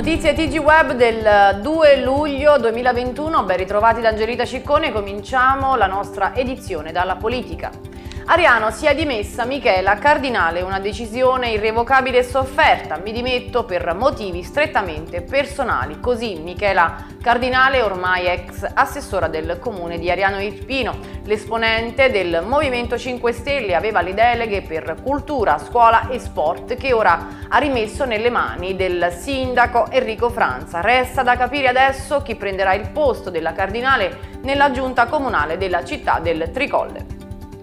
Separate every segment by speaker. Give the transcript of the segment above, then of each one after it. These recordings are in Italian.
Speaker 1: Notizie TG Web del 2 luglio 2021, ben ritrovati da Angelita Ciccone. Cominciamo la nostra edizione dalla politica. Ariano si è dimessa Michela Cardinale, una decisione irrevocabile e sofferta. Mi dimetto per motivi strettamente personali. Così Michela Cardinale, ormai ex assessora del comune di Ariano Irpino, l'esponente del Movimento 5 Stelle, aveva le deleghe per cultura, scuola e sport che ora ha rimesso nelle mani del sindaco Enrico Franza. Resta da capire adesso chi prenderà il posto della Cardinale nella giunta comunale della città del Tricolle.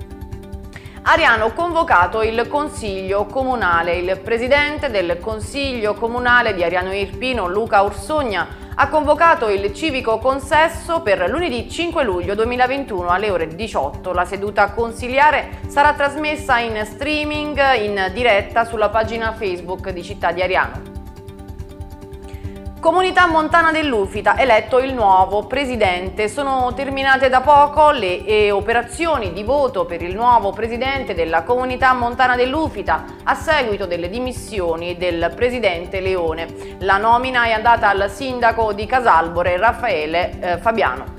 Speaker 1: Ariano convocato il Consiglio Comunale. Il presidente del Consiglio Comunale di Ariano Irpino, Luca Ursogna, ha convocato il civico consesso per lunedì 5 luglio 2021 alle ore 18. La seduta consiliare sarà trasmessa in streaming in diretta sulla pagina Facebook di Città di Ariano. Comunità Montana dell'Ufita, eletto il nuovo presidente. Sono terminate da poco le operazioni di voto per il nuovo presidente della Comunità Montana dell'Ufita a seguito delle dimissioni del presidente Leone. La nomina è andata al sindaco di Casalbore, Raffaele Fabiano.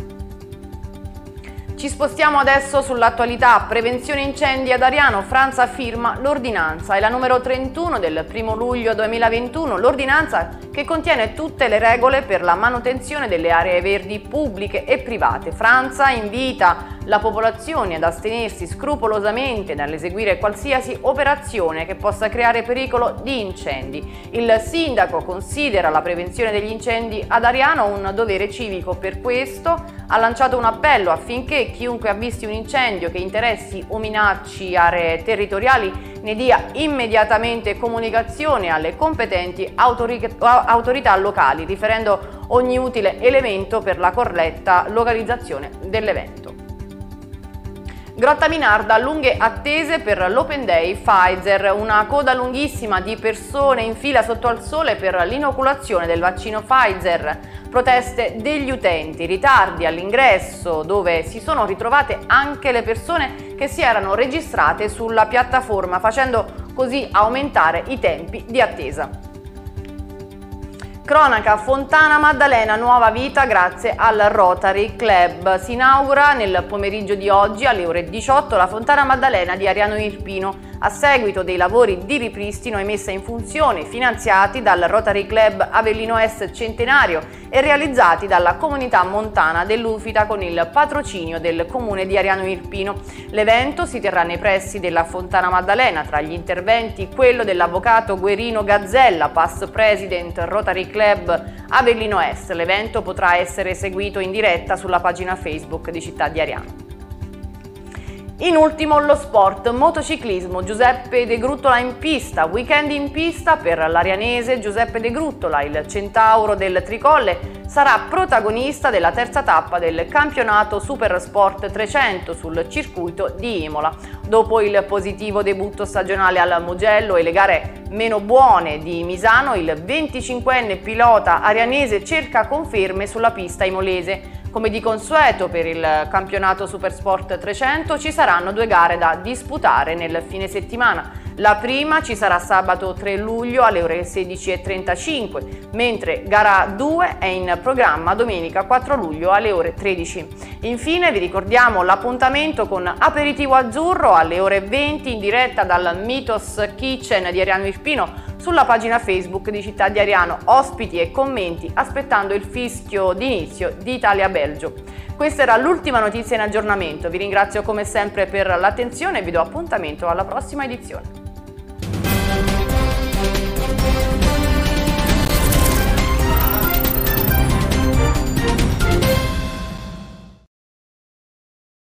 Speaker 1: Ci spostiamo adesso sull'attualità. Prevenzione incendi ad Ariano. Franza firma l'ordinanza. È la numero 31 del 1 luglio 2021, l'ordinanza che contiene tutte le regole per la manutenzione delle aree verdi pubbliche e private. Franza invita la popolazione ad astenersi scrupolosamente dall'eseguire qualsiasi operazione che possa creare pericolo di incendi. Il sindaco considera la prevenzione degli incendi ad Ariano un dovere civico, per questo ha lanciato un appello affinché chiunque avvisti un incendio che interessi o minacci aree territoriali ne dia immediatamente comunicazione alle competenti autorità locali, riferendo ogni utile elemento per la corretta localizzazione dell'evento. Grotta Minarda, lunghe attese per l'Open Day Pfizer, una coda lunghissima di persone in fila sotto al sole per l'inoculazione del vaccino Pfizer, proteste degli utenti, ritardi all'ingresso dove si sono ritrovate anche le persone che si erano registrate sulla piattaforma, facendo così aumentare i tempi di attesa. Cronaca, Fontana Maddalena, nuova vita grazie al Rotary Club. Si inaugura nel pomeriggio di oggi alle ore 18 la Fontana Maddalena di Ariano Irpino a seguito dei lavori di ripristino e messa in funzione finanziati dal Rotary Club Avellino Est Centenario e realizzati dalla Comunità Montana dell'Ufita con il patrocinio del comune di Ariano Irpino. L'evento si terrà nei pressi della Fontana Maddalena, tra gli interventi quello dell'avvocato Guerino Gazzella, past president Rotary Club Avellino Est. L'evento potrà essere seguito in diretta sulla pagina Facebook di Città di Ariano. In ultimo lo sport, motociclismo, Giuseppe De Gruttola in pista, weekend in pista per l'arianese Giuseppe De Gruttola. Il centauro del Tricolle sarà protagonista della terza tappa del campionato Super Sport 300 sul circuito di Imola. Dopo il positivo debutto stagionale al Mugello e le gare meno buone di Misano, il 25enne pilota arianese cerca conferme sulla pista imolese. Come di consueto per il campionato Supersport 300 ci saranno due gare da disputare nel fine settimana. La prima ci sarà sabato 3 luglio alle ore 16:35, mentre gara 2 è in programma domenica 4 luglio alle ore 13. Infine vi ricordiamo l'appuntamento con Aperitivo Azzurro alle ore 20 in diretta dal Mythos Kitchen di Ariano Irpino sulla pagina Facebook di Città di Ariano, ospiti e commenti aspettando il fischio d'inizio di Italia-Belgio. Questa era l'ultima notizia in aggiornamento, vi ringrazio come sempre per l'attenzione e vi do appuntamento alla prossima edizione.